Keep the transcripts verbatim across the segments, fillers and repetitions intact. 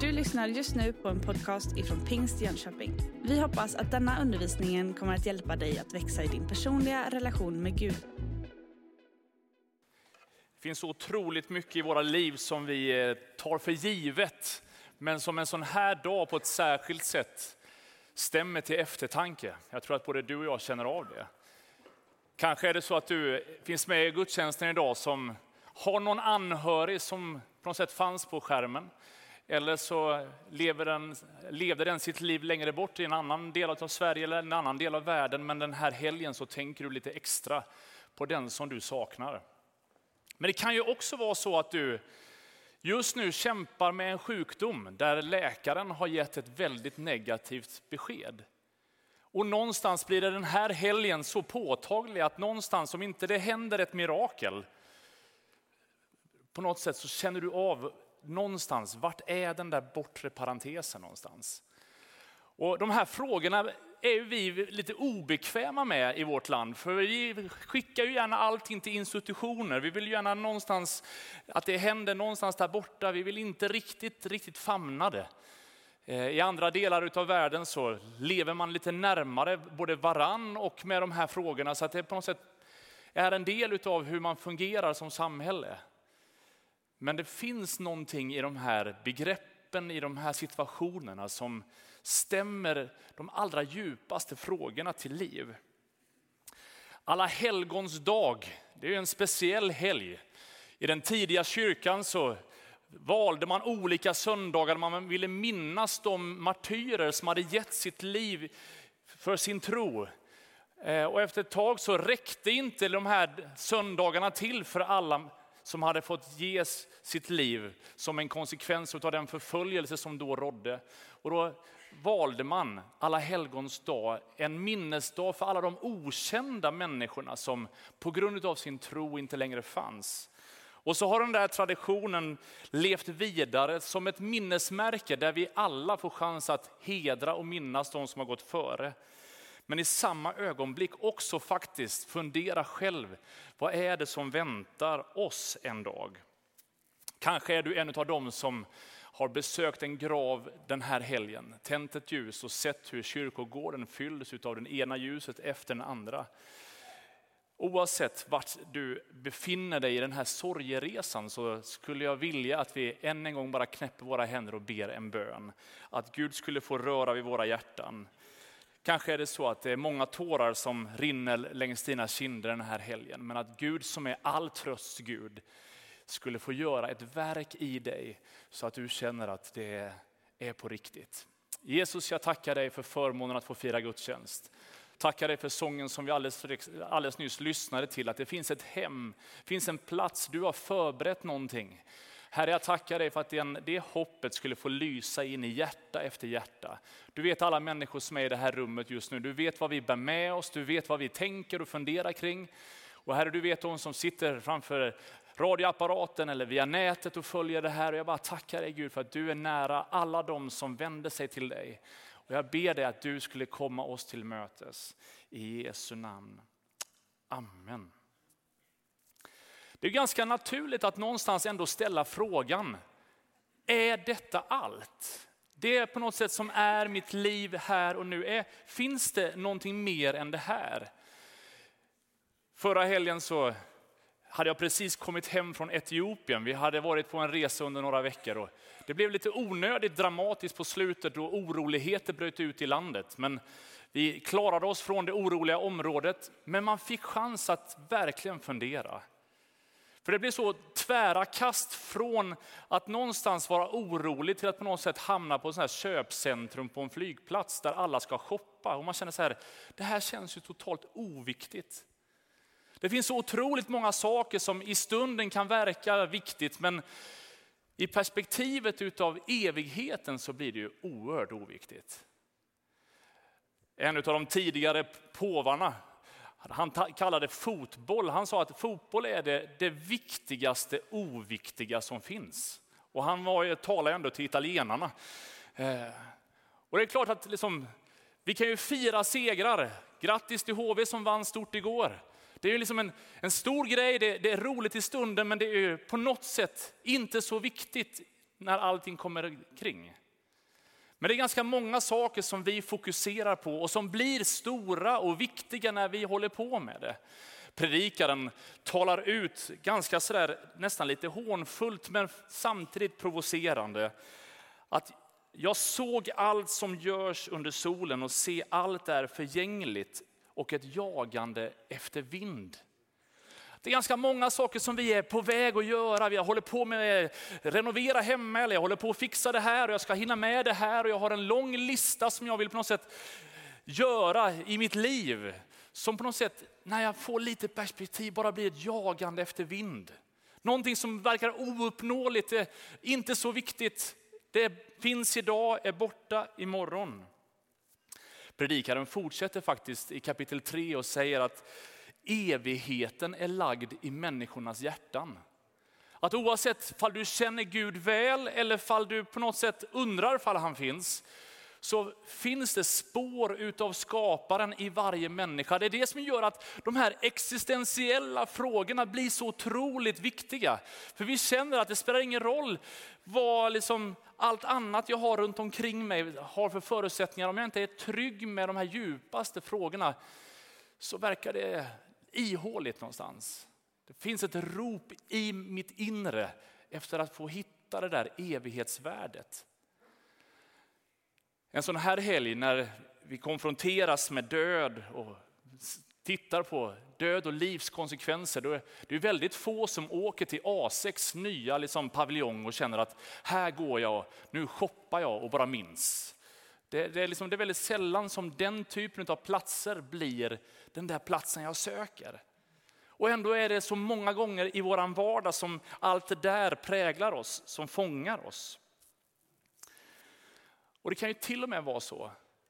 Du lyssnar just nu på en podcast ifrån Pingst Jönköping. Vi hoppas att denna undervisning kommer att hjälpa dig att växa i din personliga relation med Gud. Det finns så otroligt mycket i våra liv som vi tar för givet, men som en sån här dag på ett särskilt sätt stämmer till eftertanke. Jag tror att både du och jag känner av det. Kanske är det så att du finns med i gudstjänsten idag som har någon anhörig som på något sätt fanns på skärmen. Eller så lever den, levde den sitt liv längre bort i en annan del av Sverige eller en annan del av världen. Men den här helgen så tänker du lite extra på den som du saknar. Men det kan ju också vara så att du just nu kämpar med en sjukdom där läkaren har gett ett väldigt negativt besked. Och någonstans blir det den här helgen så påtaglig att någonstans, om inte det händer ett mirakel, på något sätt så känner du av någonstans, vart är den där bortre parentesen någonstans? Och de här frågorna är vi lite obekväma med i vårt land. För vi skickar ju gärna allting till institutioner. Vi vill gärna någonstans att det händer någonstans där borta. Vi vill inte riktigt, riktigt famna det. I andra delar av världen så lever man lite närmare både varann och med de här frågorna. Så att det på något sätt är en del av hur man fungerar som samhälle. Men det finns någonting i de här begreppen, i de här situationerna som stämmer de allra djupaste frågorna till liv. Alla helgons dag, det är ju en speciell helg. I den tidiga kyrkan så valde man olika söndagar. Man ville minnas de martyrer som hade gett sitt liv för sin tro. Och efter ett tag så räckte inte de här söndagarna till för alla som hade fått ge sitt liv som en konsekvens av den förföljelse som då rådde. Och då valde man alla helgons dag, en minnesdag för alla de okända människorna som på grund av sin tro inte längre fanns. Och så har den där traditionen levt vidare som ett minnesmärke där vi alla får chans att hedra och minnas de som har gått före. Men i samma ögonblick också faktiskt fundera själv, vad är det som väntar oss en dag? Kanske är du en av dem som har besökt en grav den här helgen, tänt ett ljus och sett hur kyrkogården fylls av den ena ljuset efter den andra. Oavsett vart du befinner dig i den här sorgeresan så skulle jag vilja att vi än en gång bara knäpper våra händer och ber en bön. Att Gud skulle få röra vid våra hjärtan. Kanske är det så att det är många tårar som rinner längs dina kinder den här helgen. Men att Gud som är all tröst Gud skulle få göra ett verk i dig så att du känner att det är på riktigt. Jesus, jag tackar dig för förmånen att få fira gudstjänst. Tackar dig för sången som vi alldeles, alldeles nyss lyssnade till. Att det finns ett hem, finns en plats, du har förberett någonting. Herre, jag tackar dig för att det, det hoppet skulle få lysa in i hjärta efter hjärta. Du vet alla människor som är i det här rummet just nu. Du vet vad vi bär med oss, du vet vad vi tänker och funderar kring. Och Herre, du vet de som sitter framför radioapparaten eller via nätet och följer det här. Och jag bara tackar dig Gud för att du är nära alla de som vänder sig till dig. Och jag ber dig att du skulle komma oss till mötes. I Jesu namn. Amen. Det är ganska naturligt att någonstans ändå ställa frågan, är detta allt? Det är på något sätt som är mitt liv här och nu. Är, finns det någonting mer än det här? Förra helgen så hade jag precis kommit hem från Etiopien. Vi hade varit på en resa under några veckor. Och det blev lite onödigt dramatiskt på slutet då oroligheter bröt ut i landet. Men vi klarade oss från det oroliga området. Men man fick chans att verkligen fundera. För det blir så tvära kast från att någonstans vara orolig till att på något sätt hamna på ett sånt här köpcentrum på en flygplats där alla ska shoppa. Och man känner så här, det här känns ju totalt oviktigt. Det finns så otroligt många saker som i stunden kan verka viktigt, men i perspektivet utav evigheten så blir det ju oerhört oviktigt. En av de tidigare påvarna, han kallade fotboll. Han sa att fotboll är det, det viktigaste oviktiga som finns. Och han var, talade ändå till italienarna. Eh, och det är klart att liksom, vi kan ju fira segrar. Grattis till H V som vann stort igår. Det är ju liksom en, en stor grej, det, det är roligt i stunden, men det är ju på något sätt inte så viktigt när allting kommer kring. Men det är ganska många saker som vi fokuserar på och som blir stora och viktiga när vi håller på med det. Predikaren talar ut ganska sådär nästan lite hånfullt men samtidigt provocerande. Att jag såg allt som görs under solen och se allt är förgängligt och ett jagande efter vind. Det är ganska många saker som vi är på väg att göra. Vi håller på med att renovera hemma, eller jag håller på att fixa det här och jag ska hinna med det här. Och jag har en lång lista som jag vill på något sätt göra i mitt liv. Som på något sätt, när jag får lite perspektiv, bara blir ett jagande efter vind. Någonting som verkar ouppnåeligt, är inte så viktigt. Det finns idag, är borta imorgon. Predikaren fortsätter faktiskt i kapitel tre och säger att evigheten är lagd i människornas hjärtan. Att oavsett fall du känner Gud väl eller fall du på något sätt undrar fall han finns, så finns det spår utav skaparen i varje människa. Det är det som gör att de här existentiella frågorna blir så otroligt viktiga. För vi känner att det spelar ingen roll vad liksom allt annat jag har runt omkring mig har för förutsättningar. Om jag inte är trygg med de här djupaste frågorna så verkar det ihåligt någonstans. Det finns ett rop i mitt inre efter att få hitta det där evighetsvärdet. En sån här helg när vi konfronteras med död och tittar på död och livs konsekvenser, då är det väldigt få som åker till A sex nya liksom paviljong och känner att här går jag, nu shoppar jag och bara minns. Det, det, är liksom, det är väldigt sällan som den typen av platser blir den där platsen jag söker. Och ändå är det så många gånger i våran vardag som allt det där präglar oss, som fångar oss. Och det kan ju till och med vara så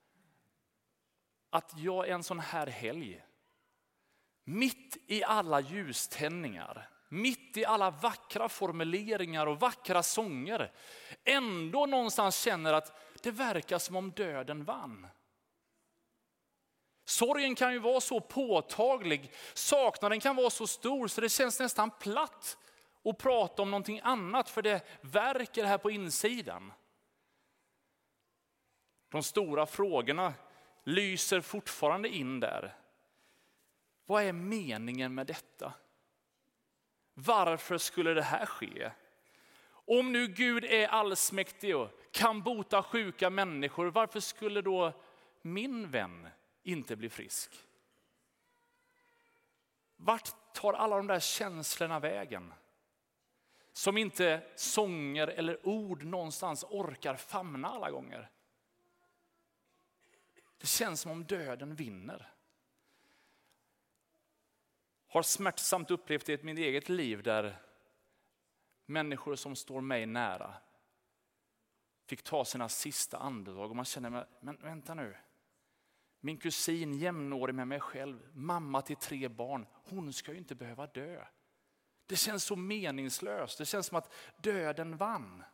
att jag en sån här helg, mitt i alla ljuständningar, mitt i alla vackra formuleringar och vackra sånger, ändå någonstans känner att det verkar som om döden vann. Sorgen kan ju vara så påtaglig, saknaden kan vara så stor så det känns nästan platt att prata om någonting annat, för det verkar här på insidan. De stora frågorna lyser fortfarande in där. Vad är meningen med detta? Varför skulle det här ske? Om nu Gud är allsmäktig och kan bota sjuka människor, varför skulle då min vän inte bli frisk? Vart tar alla de där känslorna vägen? Som inte sånger eller ord någonstans orkar famna alla gånger. Det känns som om döden vinner. Har smärtsamt upplevt i mitt eget liv där människor som står mig nära fick ta sina sista andetag och man känner, men vänta nu. Min kusin, jämnårig med mig själv, mamma till tre barn, hon ska ju inte behöva dö. Det känns så meningslöst. Det känns som att döden vann.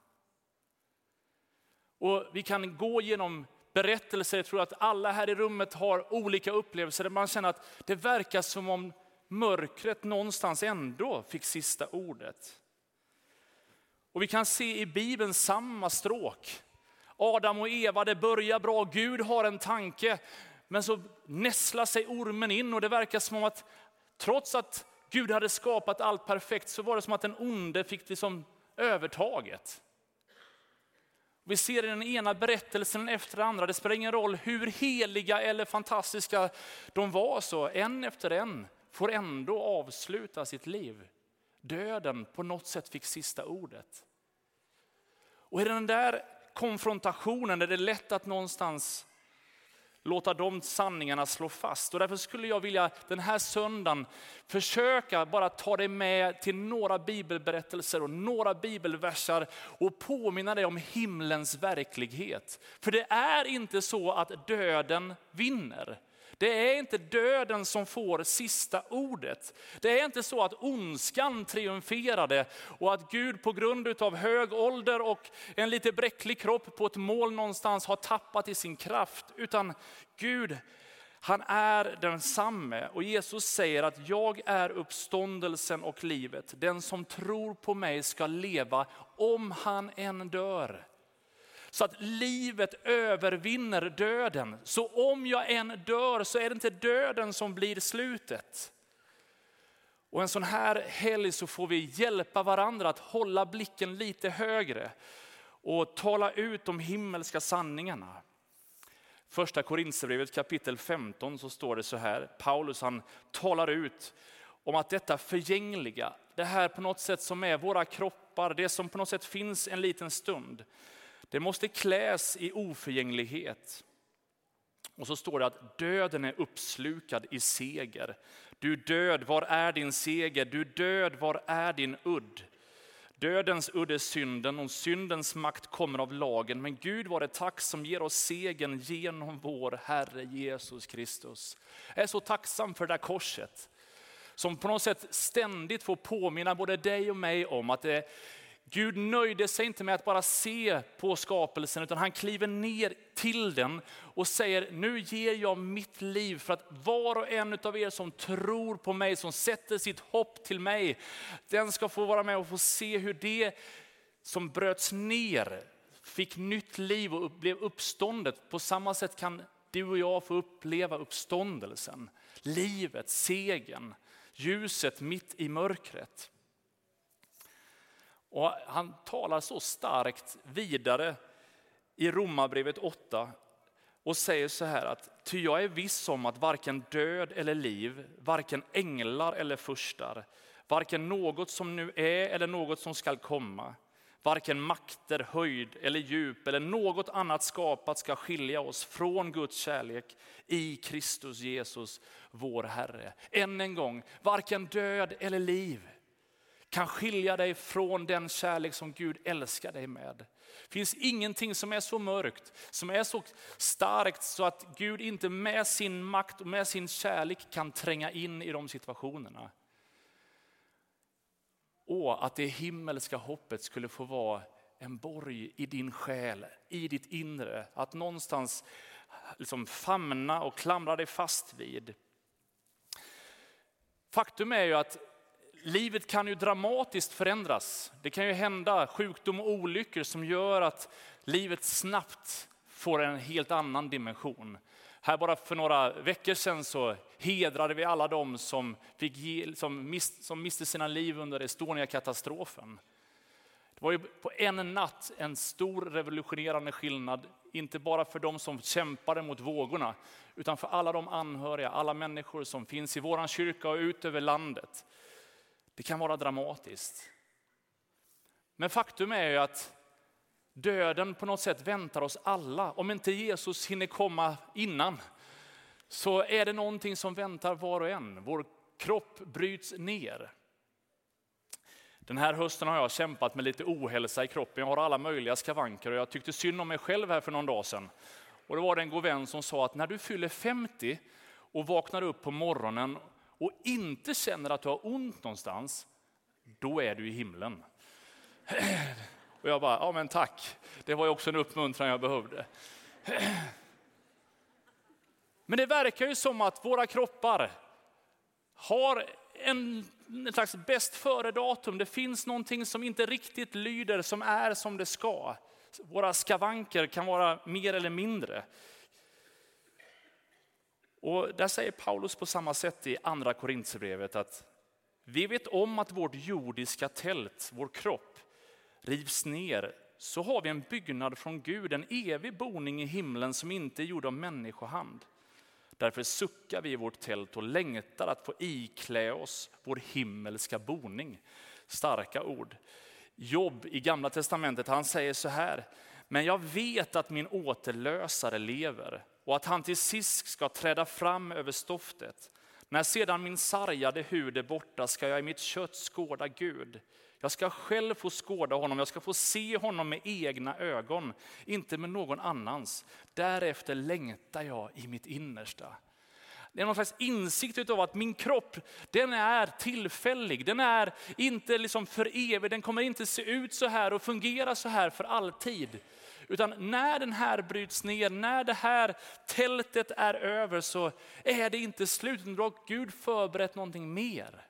Och vi kan gå genom berättelser. Jag tror att alla här i rummet har olika upplevelser där man känner att det verkar som om mörkret någonstans ändå fick sista ordet. Och vi kan se i Bibeln samma stråk. Adam och Eva, det börjar bra. Gud har en tanke. Men så nästlar sig ormen in och det verkar som om att trots att Gud hade skapat allt perfekt så var det som att den onde fick liksom övertaget. Vi ser i den ena berättelsen efter den andra. Det spelar ingen roll hur heliga eller fantastiska de var, så en efter en får ändå avsluta sitt liv. Döden på något sätt fick sista ordet. Och i den där konfrontationen är det lätt att någonstans låta de sanningarna slå fast. Och därför skulle jag vilja den här söndagen försöka bara ta dig med till några bibelberättelser och några bibelversar och påminna dig om himlens verklighet. För det är inte så att döden vinner. Det är inte döden som får sista ordet. Det är inte så att ondskan triumferade och att Gud på grund av hög ålder och en lite bräcklig kropp på ett mål någonstans har tappat i sin kraft. Utan Gud, Han är densamme och Jesus säger att jag är uppståndelsen och livet. Den som tror på mig ska leva om han än dör. Så att livet övervinner döden. Så om jag än dör så är det inte döden som blir slutet. Och en sån här helg så får vi hjälpa varandra att hålla blicken lite högre och tala ut de himmelska sanningarna. Första Korinthierbrevet kapitel femton så står det så här. Paulus han talar ut om att detta förgängliga, det här på något sätt som är våra kroppar, det som på något sätt finns en liten stund, det måste kläs i oförgänglighet. Och så står det att döden är uppslukad i seger. Du död, var är din seger? Du död, var är din udd? Dödens udd är synden och syndens makt kommer av lagen. Men Gud var det tack som ger oss segern genom vår Herre Jesus Kristus. Jag är så tacksam för det där korset. Som på något sätt ständigt får påminna både dig och mig om att det, Gud nöjde sig inte med att bara se på skapelsen, utan han kliver ner till den och säger: nu ger jag mitt liv för att var och en av er som tror på mig, som sätter sitt hopp till mig, den ska få vara med och få se hur det som bröts ner fick nytt liv och blev uppståndet. På samma sätt kan du och jag få uppleva uppståndelsen, livet, segern, ljuset mitt i mörkret. Och han talar så starkt vidare i Romarbrevet åtta och säger så här att ty jag är viss om att varken död eller liv, varken änglar eller furstar, varken något som nu är eller något som skall komma, varken makter, höjd eller djup eller något annat skapat ska skilja oss från Guds kärlek i Kristus Jesus, vår Herre. Än en gång, varken död eller liv kan skilja dig från den kärlek som Gud älskar dig med. Det finns ingenting som är så mörkt, som är så starkt så att Gud inte med sin makt och med sin kärlek kan tränga in i de situationerna. Och att det himmelska hoppet skulle få vara en borg i din själ, i ditt inre. Att någonstans liksom famna och klamra dig fast vid. Faktum är ju att livet kan ju dramatiskt förändras. Det kan ju hända sjukdom och olyckor som gör att livet snabbt får en helt annan dimension. Här bara för några veckor sedan så hedrade vi alla de som, fick ge, som, mist, som miste sina liv under Estonia-katastrofen. Det var ju på en natt en stor revolutionerande skillnad, inte bara för de som kämpade mot vågorna, utan för alla de anhöriga, alla människor som finns i våran kyrka och ut över landet. Det kan vara dramatiskt. Men faktum är ju att döden på något sätt väntar oss alla. Om inte Jesus hinner komma innan så är det någonting som väntar var och en. Vår kropp bryts ner. Den här hösten har jag kämpat med lite ohälsa i kroppen. Jag har alla möjliga skavanker och jag tyckte synd om mig själv här för någon dag sedan. Och det var det en god vän som sa att när du fyller femtio och vaknar upp på morgonen och inte känner att du har ont någonstans, då är du i himlen. Och jag bara, ja men tack. Det var ju också en uppmuntran jag behövde. Men det verkar ju som att våra kroppar har en, en slags bäst före datum. Det finns någonting som inte riktigt lyder, som är som det ska. Våra skavanker kan vara mer eller mindre. Och där säger Paulus på samma sätt i andra Korinthierbrevet att vi vet om att vårt jordiska tält, vår kropp, rivs ner, så har vi en byggnad från Gud, en evig boning i himlen som inte är gjord av människohand. Därför suckar vi i vårt tält och längtar att få iklä oss vår himmelska boning. Starka ord. Jobb i Gamla testamentet, han säger så här: men jag vet att min återlösare lever och att han till sist ska träda fram över stoftet. När sedan min sargade hud är borta ska jag i mitt kött skåda Gud. Jag ska själv få skåda honom, jag ska få se honom med egna ögon, inte med någon annans. Därefter längtar jag i mitt innersta. Det är någon slags insikt av att min kropp, den är tillfällig. Den är inte liksom för evigt. Den kommer inte se ut så här och fungera så här för alltid. Utan när den här bryts ner, när det här tältet är över, så är det inte slut. Då har Gud förberett någonting mer.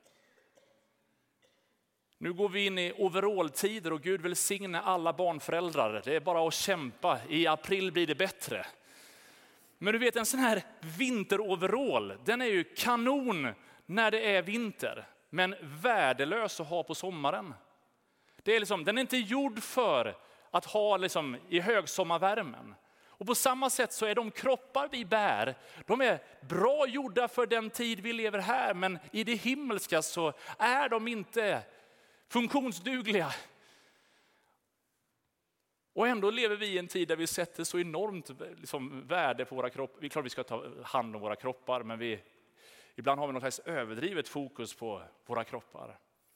Nu går vi in i overalltider och Gud välsignar alla barnföräldrar. Det är bara att kämpa. I april blir det bättre. Men du vet, en sån här vinteroverall, den är ju kanon när det är vinter. Men värdelös att ha på sommaren. Det är liksom, den är inte gjord för att ha liksom i högsommarvärmen. Och på samma sätt så är de kroppar vi bär, de är bra gjorda för den tid vi lever här. Men i det himmelska så är de inte funktionsdugliga. Och ändå lever vi i en tid där vi sätter så enormt liksom, värde på våra kroppar. Vi är klart vi ska ta hand om våra kroppar, men vi, ibland har vi något slags överdrivet fokus på våra kroppar.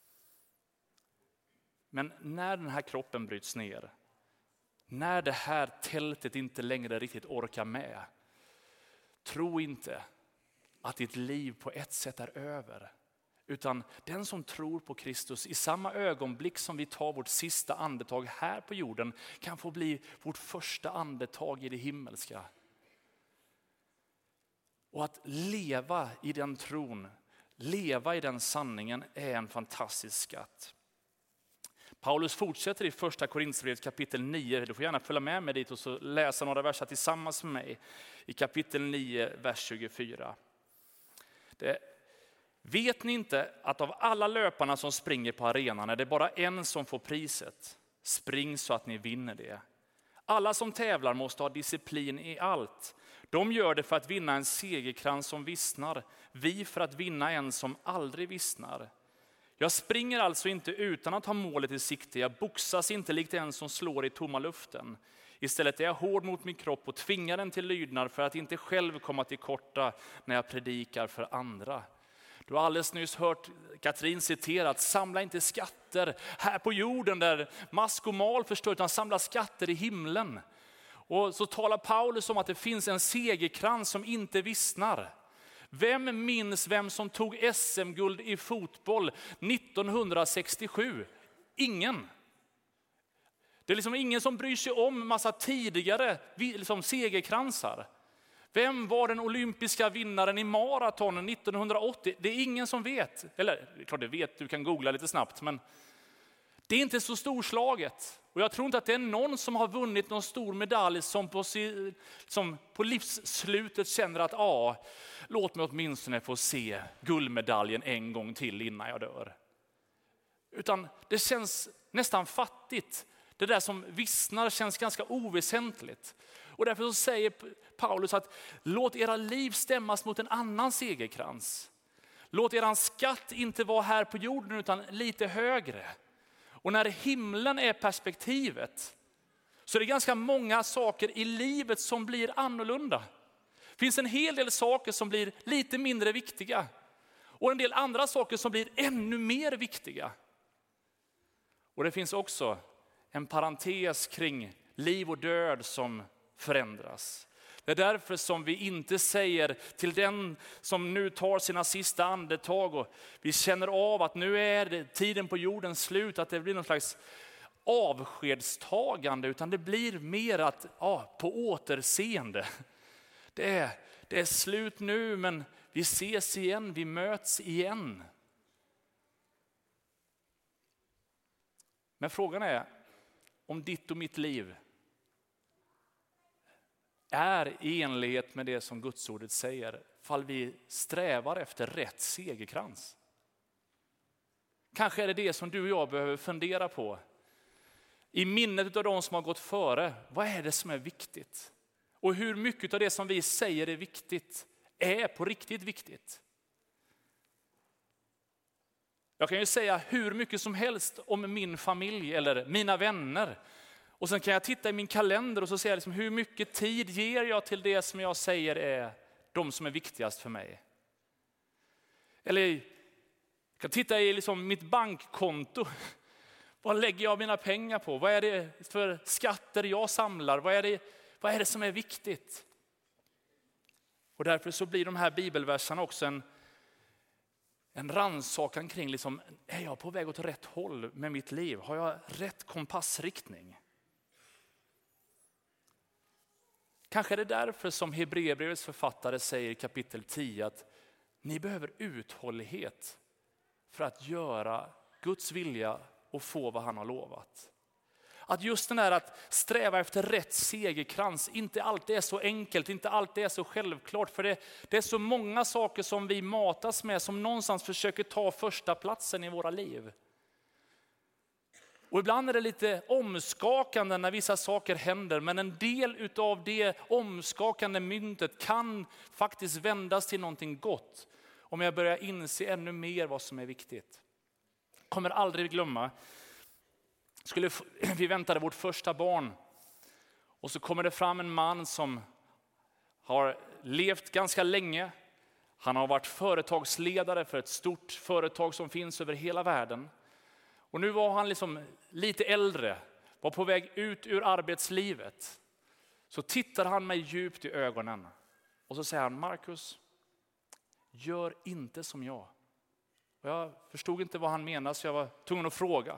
Men när den här kroppen bryts ner, när det här tältet inte längre riktigt orkar med, tro inte att ditt liv på ett sätt är över. Utan den som tror på Kristus i samma ögonblick som vi tar vårt sista andetag här på jorden kan få bli vårt första andetag i det himmelska. Och att leva i den tron, leva i den sanningen är en fantastisk skatt. Paulus fortsätter i första Korinthierbrevet kapitel nio. Du får gärna följa med mig dit och så läsa några verser tillsammans med mig. I kapitel nio, vers tjugofyra. Det, vet ni inte att av alla löparna som springer på arenan är det bara en som får priset? Spring så att ni vinner det. Alla som tävlar måste ha disciplin i allt. De gör det för att vinna en segerkrans som vissnar. Vi för att vinna en som aldrig vissnar. Jag springer alltså inte utan att ha målet i sikte. Jag boxas inte likt en som slår i tomma luften. Istället är jag hård mot min kropp och tvingar den till lydnad för att inte själv komma till korta när jag predikar för andra. Du har alldeles nyss hört Katrin citera att samla inte skatter här på jorden där mask och mal förstör, utan samla skatter i himlen. Och så talar Paulus om att det finns en segerkrans som inte vissnar. Vem minns vem som tog S M-guld i fotboll nittonhundrasextiosju? Ingen. Det är liksom ingen som bryr sig om massa tidigare liksom segerkransar. Vem var den olympiska vinnaren i maraton nittonhundraåttio? Det är ingen som vet. Eller klart det vet, du kan googla lite snabbt. Men det är inte så storslaget. Och jag tror inte att det är någon som har vunnit någon stor medalj som på, som på livsslutet känner att ja, låt mig åtminstone få se guldmedaljen en gång till innan jag dör. Utan det känns nästan fattigt. Det där som vissnar känns ganska oväsentligt. Och därför så säger Paulus att låt era liv stämmas mot en annan segerkrans. Låt eran skatt inte vara här på jorden utan lite högre. Och när himlen är perspektivet så är det ganska många saker i livet som blir annorlunda. Det finns en hel del saker som blir lite mindre viktiga. Och en del andra saker som blir ännu mer viktiga. Och det finns också en parentes kring liv och död som förändras. Det är därför som vi inte säger till den som nu tar sina sista andetag och vi känner av att nu är det tiden på jorden slut, att det blir någon slags avskedstagande, utan det blir mer att ja, på återseende. Det är, det är slut nu, men vi ses igen, vi möts igen. Men frågan är om ditt och mitt liv är i enlighet med det som Guds ordet säger, fall vi strävar efter rätt segerkrans. Kanske är det det som du och jag behöver fundera på. I minnet av de som har gått före, vad är det som är viktigt? Och hur mycket av det som vi säger är viktigt är på riktigt viktigt? Jag kan ju säga hur mycket som helst om min familj eller mina vänner. Och sen kan jag titta i min kalender och så säga liksom, hur mycket tid ger jag till det som jag säger är de som är viktigast för mig. Eller jag kan titta i liksom mitt bankkonto. Vad lägger jag mina pengar på? Vad är det för skatter jag samlar? Vad är det, vad är det som är viktigt? Och därför så blir de här bibelverserna också en, en rannsakan kring, liksom, är jag på väg åt rätt håll med mitt liv? Har jag rätt kompassriktning? Kanske är det därför som Hebreerbrevets författare säger i kapitel tio att ni behöver uthållighet för att göra Guds vilja och få vad han har lovat. Att just den här att sträva efter rätt segerkrans inte alltid är så enkelt, inte alltid är så självklart. För det, det är så många saker som vi matas med som någonstans försöker ta första platsen i våra liv. Och ibland är det lite omskakande när vissa saker händer, men en del utav det omskakande myntet kan faktiskt vändas till någonting gott. Om jag börjar inse ännu mer vad som är viktigt. Kommer aldrig glömma, skulle, vi väntade vårt första barn och så kommer det fram en man som har levt ganska länge. Han har varit företagsledare för ett stort företag som finns över hela världen. Och nu var han liksom lite äldre, var på väg ut ur arbetslivet. Så tittar han mig djupt i ögonen och så säger han: Marcus, gör inte som jag. Och jag förstod inte vad han menade, så jag var tvungen att fråga.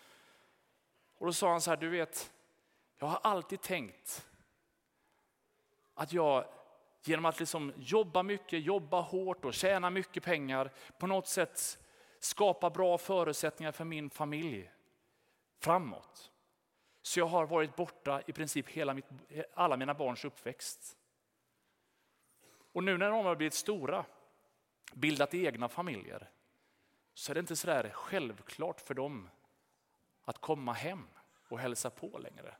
Och då sa han så här: du vet, jag har alltid tänkt att jag genom att liksom jobba mycket, jobba hårt och tjäna mycket pengar på något sätt skapa bra förutsättningar för min familj framåt. Så jag har varit borta i princip hela mitt, alla mina barns uppväxt. Och nu när de har blivit stora, bildat egna familjer, så är det inte så där självklart för dem att komma hem och hälsa på längre.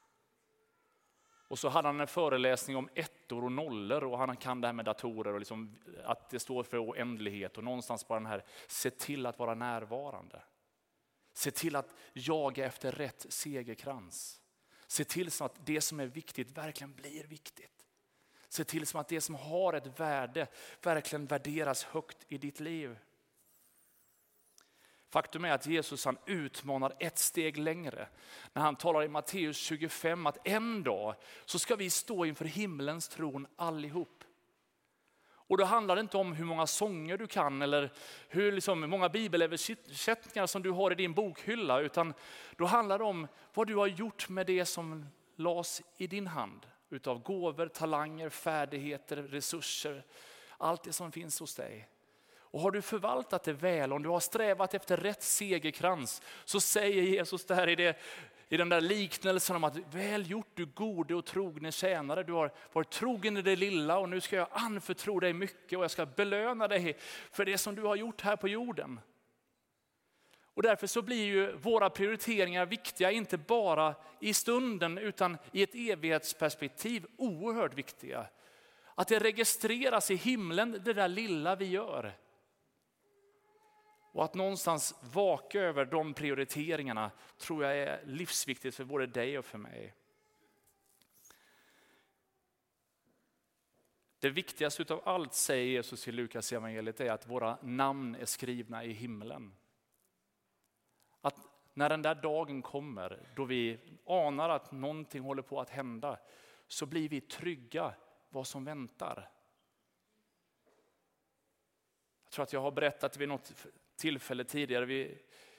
Och så hade han en föreläsning om ettor och nollor, och han kan det här med datorer och liksom att det står för oändlighet, och någonstans bara den här, se till att vara närvarande. Se till att jaga efter rätt segerkrans. Se till så att det som är viktigt verkligen blir viktigt. Se till så att det som har ett värde verkligen värderas högt i ditt liv. Faktum är att Jesus han utmanar ett steg längre när han talar i Matteus tjugofem att en dag så ska vi stå inför himlens tron allihop. Och då handlar det inte om hur många sånger du kan eller hur liksom många bibelöversättningar som du har i din bokhylla, utan då handlar det om vad du har gjort med det som lades i din hand utav gåvor, talanger, färdigheter, resurser, allt det som finns hos dig. Och har du förvaltat det väl, om du har strävat efter rätt segerkrans, så säger Jesus det här i, det, i den där liknelsen om att väl gjort du gode och trogne tjänare. Du har varit trogen i det lilla och nu ska jag anförtro dig mycket och jag ska belöna dig för det som du har gjort här på jorden. Och därför så blir ju våra prioriteringar viktiga, inte bara i stunden utan i ett evighetsperspektiv oerhört viktiga. Att det registreras i himlen, det där lilla vi gör. Och att någonstans vaka över de prioriteringarna tror jag är livsviktigt för både dig och för mig. Det viktigaste utav allt, säger Jesus i Lukas evangeliet, är att våra namn är skrivna i himlen. Att när den där dagen kommer då vi anar att någonting håller på att hända, så blir vi trygga vad som väntar. Jag tror att jag har berättat vid något tillfälle tidigare. Vi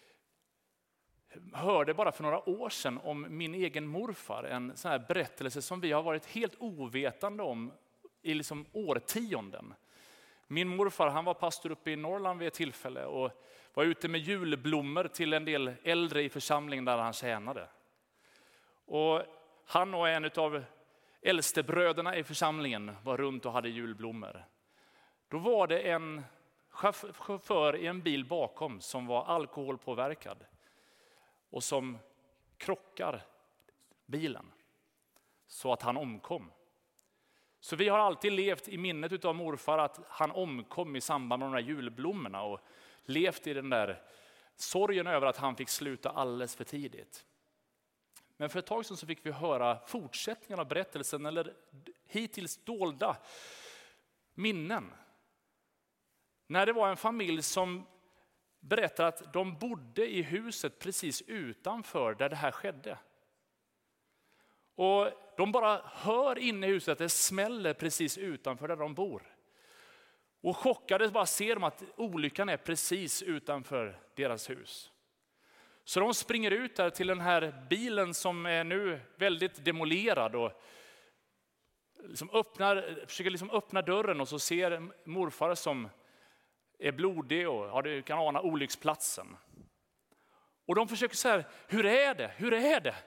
hörde bara för några år sedan om min egen morfar. En sån här berättelse som vi har varit helt ovetande om i liksom årtionden. Min morfar han var pastor uppe i Norrland vid ett tillfälle och var ute med julblommor till en del äldre i församlingen där han tjänade. Och han och en av äldste bröderna i församlingen var runt och hade julblommor. Då var det en chaufför i en bil bakom som var alkoholpåverkad och som krockar bilen så att han omkom. Så vi har alltid levt i minnet av morfar att han omkom i samband med de där julblommorna och levt i den där sorgen över att han fick sluta alldeles för tidigt. Men för ett tag sedan så fick vi höra fortsättningen av berättelsen, eller hittills dolda minnen. När det var en familj som berättade att de bodde i huset precis utanför där det här skedde. Och de bara hör inne i huset att det smäller precis utanför där de bor. Och chockade bara ser de att olyckan är precis utanför deras hus. Så de springer ut där till den här bilen som är nu väldigt demolerad och liksom öppnar, försöker liksom öppna dörren, och så ser morfar som är blodig och ja, du kan ana olycksplatsen. Och de försöker säga, hur är det? Hur är det?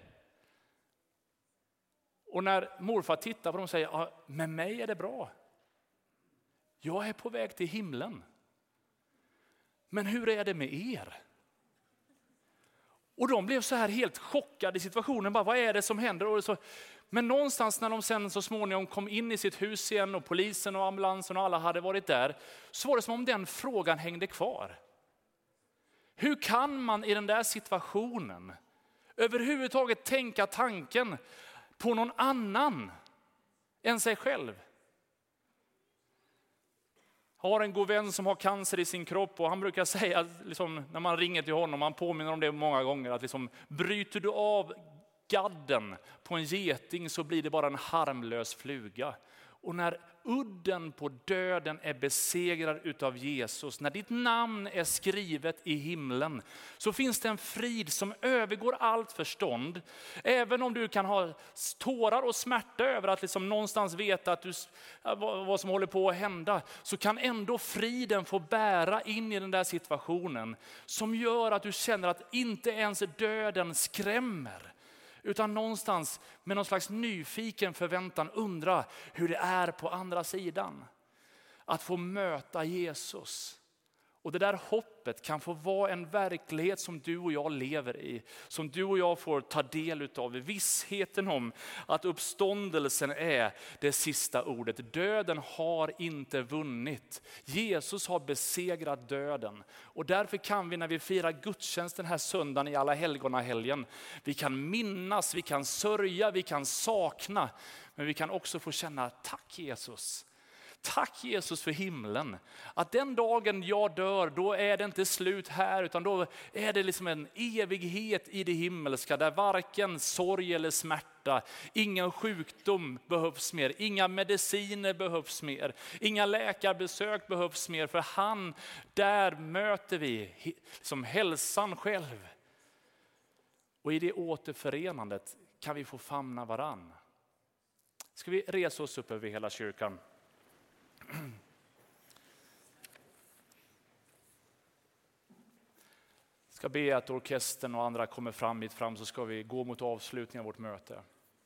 Och när morfar tittar på dem och säger, ja, med mig är det bra. Jag är på väg till himlen. Men hur är det med er? Och de blev så här helt chockade i situationen. Bara, vad är det som händer? Och så, men någonstans när de sen så småningom kom in i sitt hus igen och polisen och ambulansen och alla hade varit där, så var det som om den frågan hängde kvar. Hur kan man i den där situationen överhuvudtaget tänka tanken på någon annan än sig själv? Jag har en god vän som har cancer i sin kropp, och han brukar säga, liksom, när man ringer till honom, han påminner om det många gånger, att liksom, bryter du av gadden på en geting så blir det bara en harmlös fluga. Och när udden på döden är besegrad utav Jesus, när ditt namn är skrivet i himlen, så finns det en frid som övergår allt förstånd. Även om du kan ha tårar och smärta över att liksom någonstans veta att du, vad som håller på att hända, så kan ändå friden få bära in i den där situationen, som gör att du känner att inte ens döden skrämmer. Utan någonstans med någon slags nyfiken förväntan undra hur det är på andra sidan. Att få möta Jesus. Och det där hoppet kan få vara en verklighet som du och jag lever i. Som du och jag får ta del utav. Vissheten om att uppståndelsen är det sista ordet. Döden har inte vunnit. Jesus har besegrat döden. Och därför kan vi, när vi firar gudstjänst den här söndagen i alla helgonahelgen, vi kan minnas, vi kan sörja, vi kan sakna. Men vi kan också få känna, tack Jesus. Tack Jesus för himlen. Att den dagen jag dör, då är det inte slut här, utan då är det liksom en evighet i det himmelska, där varken sorg eller smärta, ingen sjukdom behövs mer, inga mediciner behövs mer, inga läkarbesök behövs mer, för han, där möter vi liksom hälsan själv. Och i det återförenandet kan vi få famna varann. Ska vi resa oss upp över hela kyrkan? Jag ska be att orkestern och andra kommer fram hit fram, så ska vi gå mot avslutningen av vårt möte.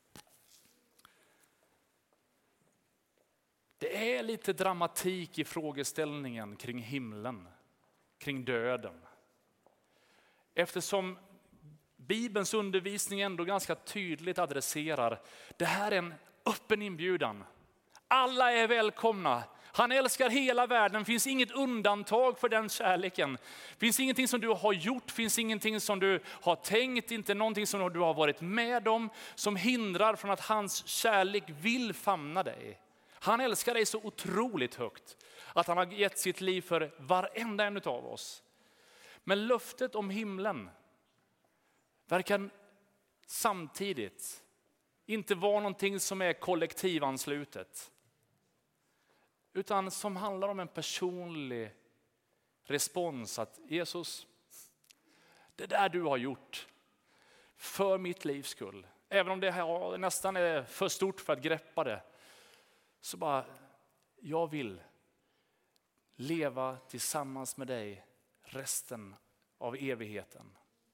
Det är lite dramatik i frågeställningen kring himlen, kring döden. Eftersom Bibelns undervisning ändå ganska tydligt adresserar, det här är en öppen inbjudan. Alla är välkomna. Han älskar hela världen. Finns inget undantag för den kärleken. Finns ingenting som du har gjort. Finns ingenting som du har tänkt. Inte någonting som du har varit med om som hindrar från att hans kärlek vill famna dig. Han älskar dig så otroligt högt att han har gett sitt liv för varenda en av oss. Men löftet om himlen verkar samtidigt inte vara någonting som är kollektivanslutet. Utan som handlar om en personlig respons, att Jesus, det där du har gjort för mitt livs skull, även om det här nästan är för stort för att greppa det, så bara, jag vill leva tillsammans med dig resten av evigheten.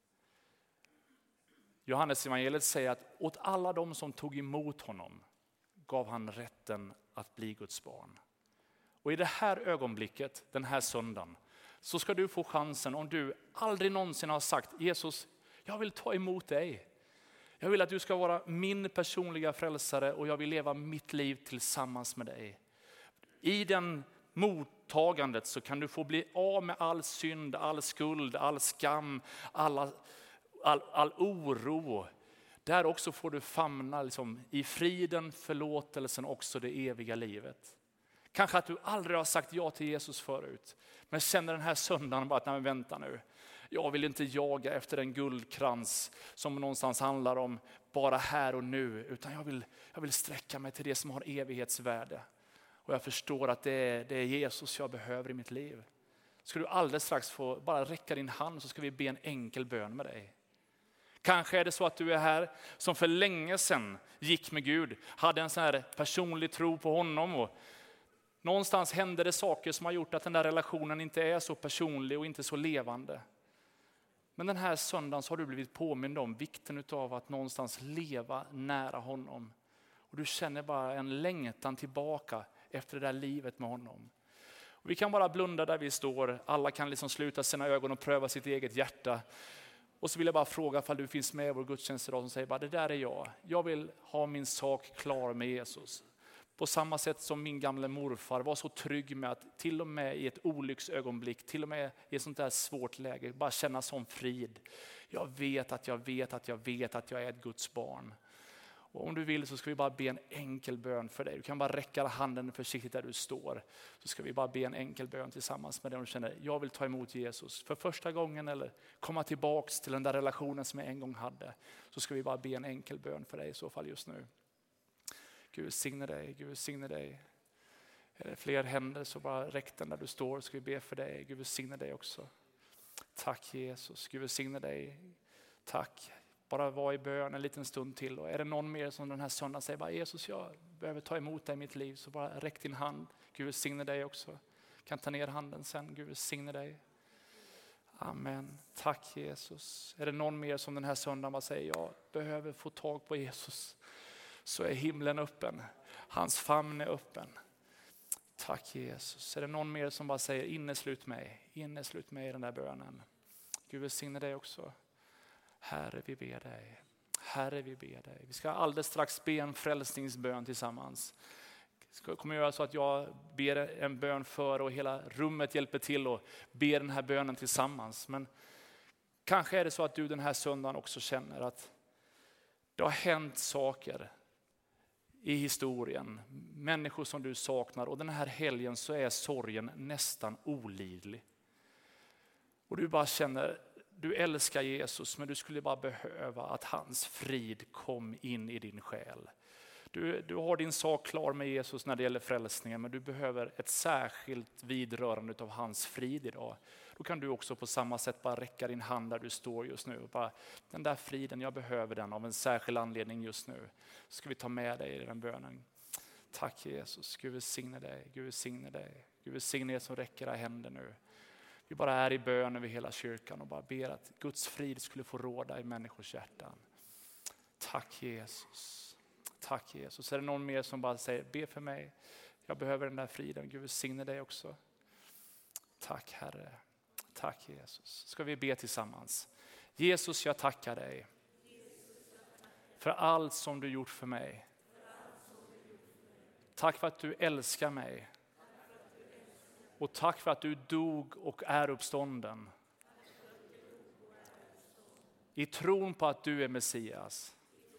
Johannes evangeliet säger att åt alla de som tog emot honom gav han rätten att bli Guds barn. Och i det här ögonblicket, den här söndagen, så ska du få chansen, om du aldrig någonsin har sagt, Jesus, jag vill ta emot dig. Jag vill att du ska vara min personliga frälsare och jag vill leva mitt liv tillsammans med dig. I den mottagandet så kan du få bli av med all synd, all skuld, all skam, alla, all, all oro. Där också får du famna liksom, i friden, förlåtelsen, också det eviga livet. Kanske att du aldrig har sagt ja till Jesus förut, men känner den här söndagen bara att, nej, vänta nu. Jag vill inte jaga efter en guldkrans som någonstans handlar om bara här och nu. Utan jag vill, jag vill sträcka mig till det som har evighetsvärde. Och jag förstår att det är, det är Jesus jag behöver i mitt liv. Ska du alldeles strax få bara räcka din hand så ska vi be en enkel bön med dig. Kanske är det så att du är här som för länge sedan gick med Gud. Hade en sån här personlig tro på honom. Och någonstans hände det saker som har gjort att den där relationen inte är så personlig och inte så levande. Men den här söndagen så har du blivit påmind om vikten av att någonstans leva nära honom. Och du känner bara en längtan tillbaka efter det där livet med honom. Och vi kan bara blunda där vi står. Alla kan liksom sluta sina ögon och pröva sitt eget hjärta. Och så vill jag bara fråga ifall du finns med i vår gudstjänst idag som säger bara det där är jag. Jag vill ha min sak klar med Jesus. På samma sätt som min gamla morfar var så trygg med att till och med i ett olycksögonblick, till och med i ett sånt där svårt läge, bara känna sån frid. Jag vet att jag vet att jag vet att jag är ett Guds barn. Och om du vill så ska vi bara be en enkel bön för dig. Du kan bara räcka handen försiktigt där du står. Så ska vi bara be en enkel bön tillsammans med dig. Om du känner, jag vill ta emot Jesus för första gången eller komma tillbaks till den där relationen som jag en gång hade. Så ska vi bara be en enkel bön för dig i så fall just nu. Gud signe dig, Gud signe dig. Är det fler händer så bara räck den där du står, ska vi be för dig. Gud signe dig också. Tack Jesus, Gud signe dig. Tack. Bara vara i bön en liten stund till. Och är det någon mer som den här söndagen säger, bara, Jesus jag behöver ta emot dig i mitt liv. Så bara räck din hand. Gud signe dig också. Kan ta ner handen sen. Gud signe dig. Amen. Tack Jesus. Är det någon mer som den här söndagen bara säger, jag behöver få tag på Jesus. Så är himlen öppen. Hans famn är öppen. Tack Jesus. Är det någon mer som bara säger, inneslut mig. Inneslut mig i den där bönen. Gud välsigne dig också. Herre vi ber dig. Herre vi ber dig. Vi ska alldeles strax be en frälsningsbön tillsammans. Jag kommer göra så att jag ber en bön för och hela rummet hjälper till och ber den här bönen tillsammans. Men kanske är det så att du den här söndagen också känner att det har hänt saker i historien. Människor som du saknar och den här helgen så är sorgen nästan olidlig. Och du bara känner, du älskar Jesus men du skulle bara behöva att hans frid kom in i din själ. Du, du har din sak klar med Jesus när det gäller frälsningen men du behöver ett särskilt vidrörande av hans frid idag. Då kan du också på samma sätt bara räcka din hand där du står just nu. Och bara, den där friden, jag behöver den av en särskild anledning just nu. Så ska vi ta med dig i den bönen. Tack Jesus, Gud välsigne dig, Gud välsigne dig. Gud välsigne er som räcker era händer nu. Vi bara är i bön över hela kyrkan och bara ber att Guds frid skulle få råda i människors hjärtan. Tack Jesus. Tack Jesus. Är det någon mer som bara säger, be för mig. Jag behöver den där friden. Gud välsigne dig också. Tack Herre. Tack Jesus. Ska vi be tillsammans. Jesus, jag tackar dig. För allt som du gjort för mig. Tack för att du älskar mig. Och tack för att du dog och är uppstånden. I tron på att du är Messias.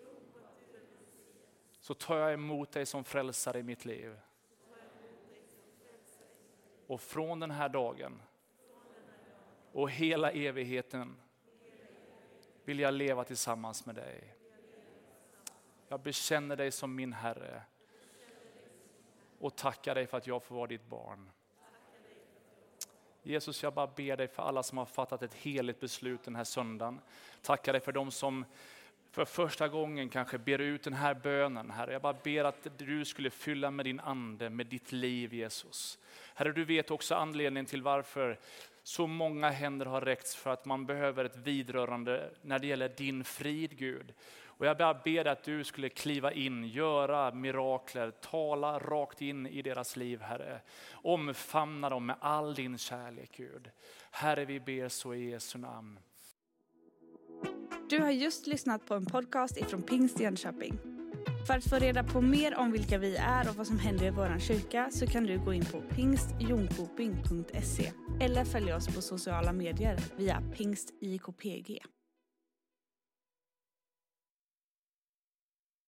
Så tar jag emot dig som frälsare i mitt liv. Och från den här dagen och hela evigheten vill jag leva tillsammans med dig. Jag bekänner dig som min Herre. Och tackar dig för att jag får vara ditt barn. Jesus, jag bara ber dig för alla som har fattat ett heligt beslut den här söndagen. Tackar dig för de som för första gången kanske ber ut den här bönen. Herre, jag bara ber att du skulle fylla med din ande, med ditt liv Jesus. Herre, du vet också anledningen till varför så många händer har räckts för att man behöver ett vidrörande när det gäller din frid Gud. Och jag bara ber att du skulle kliva in, göra mirakler, tala rakt in i deras liv Herre. Omfamna dem med all din kärlek Gud. Herre, vi ber så i Jesu namn. Du har just lyssnat på en podcast ifrån Pingst Jönköping. För att få reda på mer om vilka vi är och vad som händer i vår kyrka så kan du gå in på pingst jonkoping punkt se eller följa oss på sociala medier via pingst I K P G.